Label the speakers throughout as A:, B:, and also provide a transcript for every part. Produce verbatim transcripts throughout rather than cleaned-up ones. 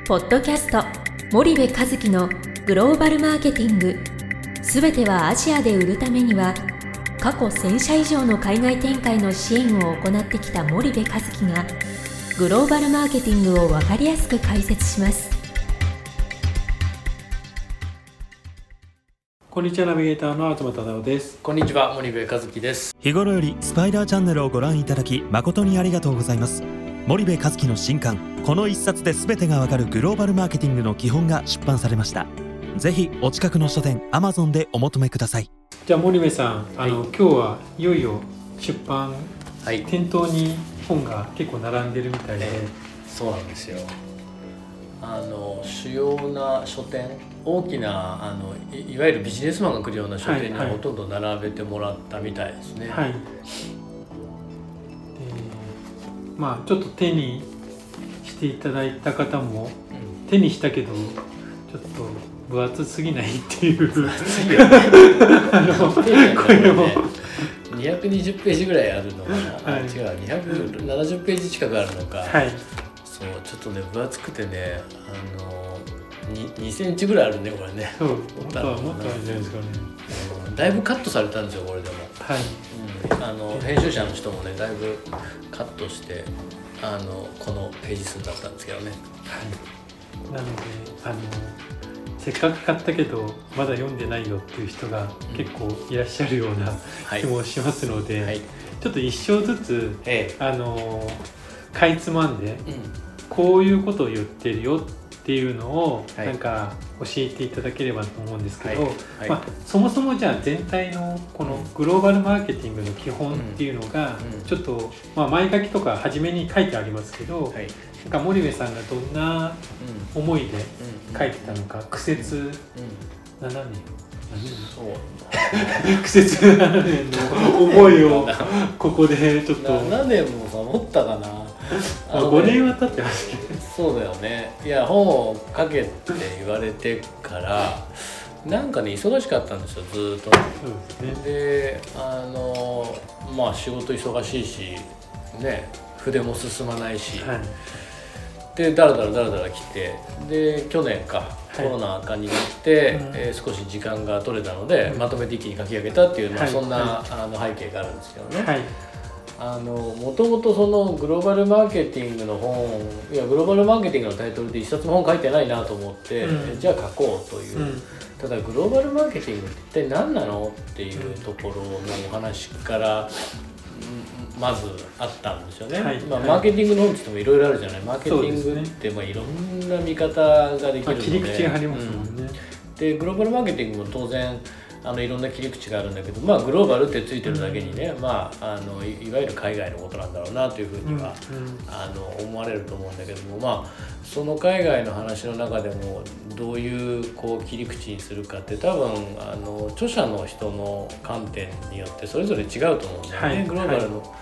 A: ポッドキャスト森部一樹のグローバルマーケティング、すべてはアジアで売るためには、過去せん社以上の海外展開の支援を行ってきた森部一樹がグローバルマーケティングを分かりやすく解説します。
B: こんにちは、ナビゲーターの東忠夫です。
C: こんにちは、森部一樹です。
D: 日頃よりスパイダーチャンネルをご覧いただき誠にありがとうございます。森部一樹の新刊、この一冊で全てがわかるグローバルマーケティングの基本が出版されました。ぜひお近くの書店 Amazon でお求めください。
B: じゃあ森部さん、あの、はい、今日はいよいよ出版、はい、店頭に本が結構並んでるみたいで、え
C: ー、そうなんですよ。あの主要な書店、大きなあの い, いわゆるビジネスマンが来るような書店にはほとんど並べてもらったみたいですね。はいはい、
B: まあちょっと手にしていただいた方も、うん、手にしたけどちょっと分厚すぎないっていう分厚いよねあのこれも
C: にひゃくにじゅうページぐらいあるのかな、はい、違うにひゃくななじゅうページ近くあるのか、はい、そうちょっとね分厚くてね、あのにセンチぐらいあるねこれね。
B: そうもっとはもっとあるんじゃないですかね。
C: だいぶカットされたんですよこれでも。はい、うん、あの編集者の人もねだいぶカットしてあのこのページ数だったんですけどね。
B: はい、なのであのせっかく買ったけどまだ読んでないよっていう人が結構いらっしゃるような気もしますので、はいはい、ちょっと一章ずつ、ええ、あのかいつまんで、うん、こういうことを言ってるよっていうのをなんか教えていただければと思うんですけど、はいはい、まあ、そもそもじゃあ全体のこのグローバルマーケティングの基本っていうのがちょっと、まあ、前書きとか初めに書いてありますけど、はい、なんか森部さんがどんな思いで書いてたのか、苦節ななねん苦節ななねんの思いをここでちょっと
C: ななねんもさ持ったかな
B: あごねんは経ってますけど。
C: そうだよね。いや本を書けって言われてからなんかね忙しかったんですよずーっと。そうですね。であのまあ仕事忙しいしね筆も進まないし、はい、でだらだらだらだら来てで去年か、はい、コロナ禍になって、うんえー、少し時間が取れたので、うん、まとめて一気に書き上げたっていう、まあ、そんな、はい、あの背景があるんですけどね。はい、あのもともとそのグローバルマーケティングの本、いやグローバルマーケティングのタイトルで一冊も本書いてないなと思って、うん、じゃあ書こうという、うん、ただグローバルマーケティングって一体何なのっていうところのお話から、うん、まずあったんですよね。はい、まあ、マーケティングの本って言ってもいろいろあるじゃない。マーケティングってまあいろんな見方ができるので、まあ、
B: 切り口がありますもんね。うん、
C: でグローバルマーケティングも当然あのいろんな切り口があるんだけど、まあ、グローバルってついてるだけにね、うん、まあ、あの い, いわゆる海外のことなんだろうなというふうには、うんうん、あの思われると思うんだけども、まあ、その海外の話の中でもどういうこう切り口にするかって多分あの著者の人の観点によってそれぞれ違うと思うんだよね。はい、グローバルの、はい、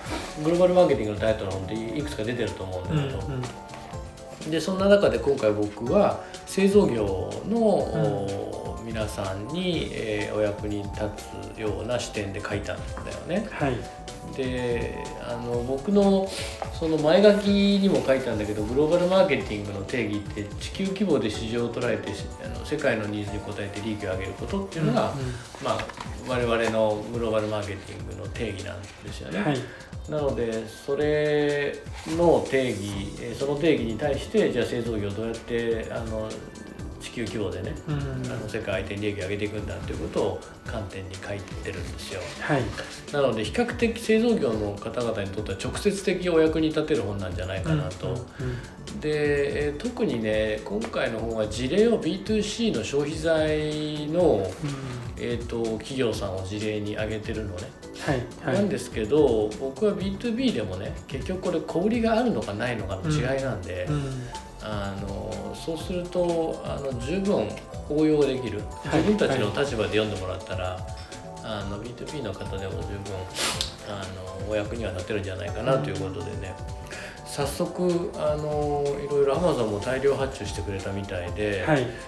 C: グローバルマーケティングのタイトルの本っていくつか出てると思うんだけど、うんうん、でそんな中で今回僕は製造業の、うん皆さんに、えー、お役に立つような視点で書いたんだよね。はい、であの僕のその前書きにも書いたんだけどグローバルマーケティングの定義って地球規模で市場を捉えてあの世界のニーズに応えて利益を上げることっていうのが、うんうんまあ、我々のグローバルマーケティングの定義なんですよね。はい、なのでそれの定義その定義に対してじゃあ製造業どうやってあの地球規模でね、うん、あの世界相手に利益を上げていくんだということを観点に書いてるんですよ。はい、なので比較的製造業の方々にとっては直接的お役に立てる本なんじゃないかなと。うんうんうん、で特にね今回の本は事例を ビーツーシー の消費財の、うんえー、と企業さんを事例に挙げてるのね。はいはい、なんですけど僕は ビーツービー でもね結局これ小売りがあるのかないのかの違いなんで、うんうんあのそうするとあの十分応用できる、はい、自分たちの立場で読んでもらったら、はい、あの ビーツービー の方でも十分あのお役にはなってるんじゃないかなということでね、うん、早速あのいろいろ Amazon も大量発注してくれたみたいで、はい、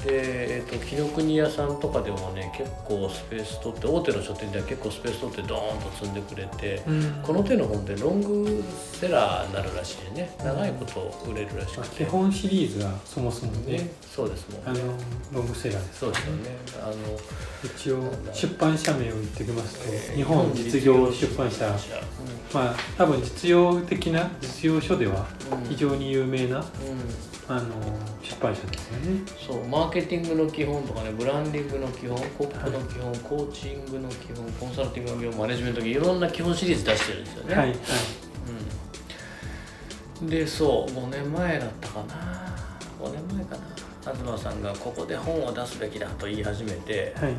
C: で、えー、と紀ノ国屋さんとかでもね結構スペース取って、大手の書店では結構スペース取ってドーンと積んでくれて、うん、この手の本でロングセラーになるらしいね。長いこと売れるらしくて、
B: 基本シリーズがそもそもね、
C: ねそうですもんね、
B: あのロングセラーです、ね、
C: そうですよね。あの
B: 一応出版社名を言っておきますと、えー、日本実業出版社、うん、まあ多分実用的な実用書では非常に有名な、うんあの出版社ですよね。
C: そうマーケティングの基本とかね、ブランディングの基本、コップの基本、はい、コーチングの基本、コンサルティングの基本、マネジメントの基本、いろんな基本シリーズ出してるんですよね。はいはいうん、でそうごねんまえだったかな、ごねんまえかな、東さんがここで本を出すべきだと言い始めて、はい、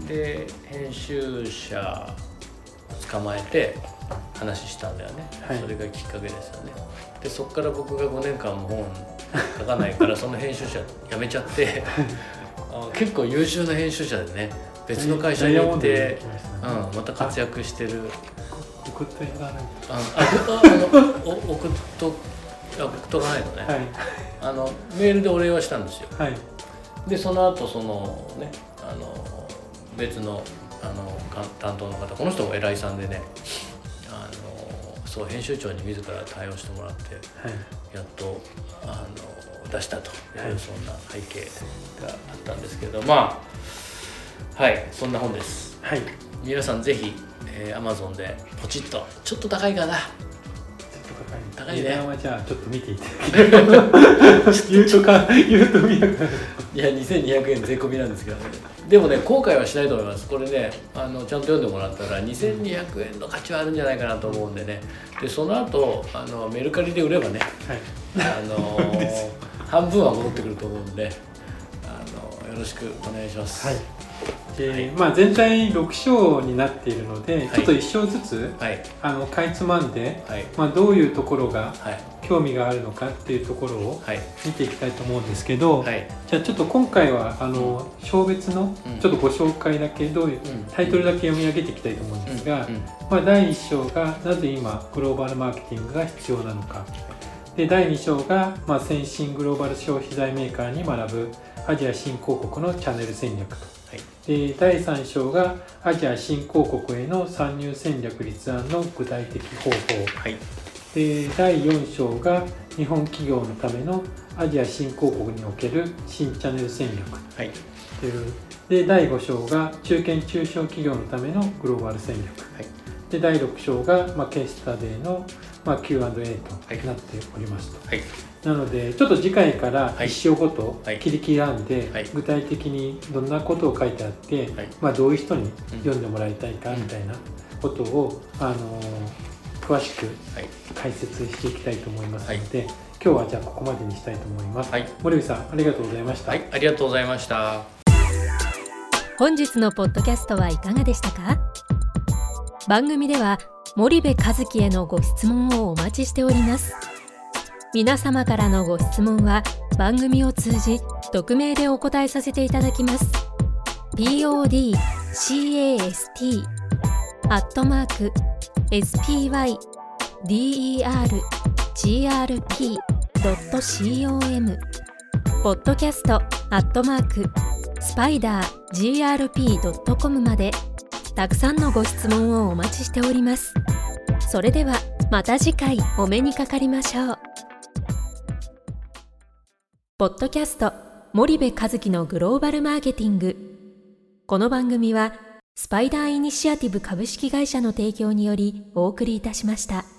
C: で編集者捕まえて話したんだよね、はい、それがきっかけですよね。でそこから僕がごねんかんも本書かないからその編集者辞めちゃってあ結構優秀な編集者でね、別の会社に行って、うん、また活躍してる。
B: 送っといかないと。
C: ああの送っと送っとかないとね、はい、あのメールでお礼はしたんですよ、はい、でその後そのねあの別のあの担当の方、この人も偉いさんでね、あのそう編集長に自ら対応してもらって、はい、やっとあの出したという、はい、そんな背景があったんですけど、まあはいそんな本です、はい、皆さんぜひ、えー、Amazon でポチッと、ちょっと高いかな、
B: 高いね。値段はじゃあちょっと見ていただければ言うとか言うと見なくなる。
C: いやにせんにひゃくえん税込みなんですけどね。でもね後悔はしないと思います。これねあのちゃんと読んでもらったらにせんにひゃくえんの価値はあるんじゃないかなと思うんでね。でその後あのメルカリで売ればね、はい、あの半分は戻ってくると思うんで、あのよろしくお願いします。はい
B: ではいまあ、全体ろく章になっているので、はい、ちょっといち章ずつ、はい、あのかいつまんで、はいまあ、どういうところが興味があるのかっていうところを見ていきたいと思うんですけど、はい、じゃあちょっと今回はあの、うん、章別のちょっとご紹介だけ、どういう、うん、タイトルだけ読み上げていきたいと思うんですが、うんうんまあ、だいいち章がなぜ今グローバルマーケティングが必要なのか、でだいに章が、まあ、先進グローバル消費財メーカーに学ぶアジア新興国のチャンネル戦略と、でだいさん章がアジア新興国への参入戦略立案の具体的方法、はい、でだいよん章が日本企業のためのアジア新興国における新チャンネル戦略、はい、というでだいご章が中堅中小企業のためのグローバル戦略、はい、でだいろく章が、まあ、ケーススタディの、まあ、キューアンドエー となっておりますと、はいはいなのでちょっと次回からいち章ごと切り刻んで、はい、具体的にどんなことを書いてあって、はいまあ、どういう人に読んでもらいたいかみたいなことを、うん、あの詳しく解説していきたいと思いますので、はい、今日はじゃあここまでにしたいと思います、はい、森口さんありがとうございました。
C: はい、ありがとうございました。
A: 本日のポッドキャストはいかがでしたか？番組では森部一樹へのご質問をお待ちしております。皆様からのご質問は番組を通じ匿名でお答えさせていただきます。ポッドキャスト アットマーク エスピーワイディーイーアールジーアールピー ドット コム ポッドキャスト アットマーク スパイダー ジーアールピー ドット コム までたくさんのご質問をお待ちしております。それではまた次回お目にかかりましょう。ポッドキャスト森部一樹のグローバルマーケティング。この番組はスパイダーイニシアティブ株式会社の提供によりお送りいたしました。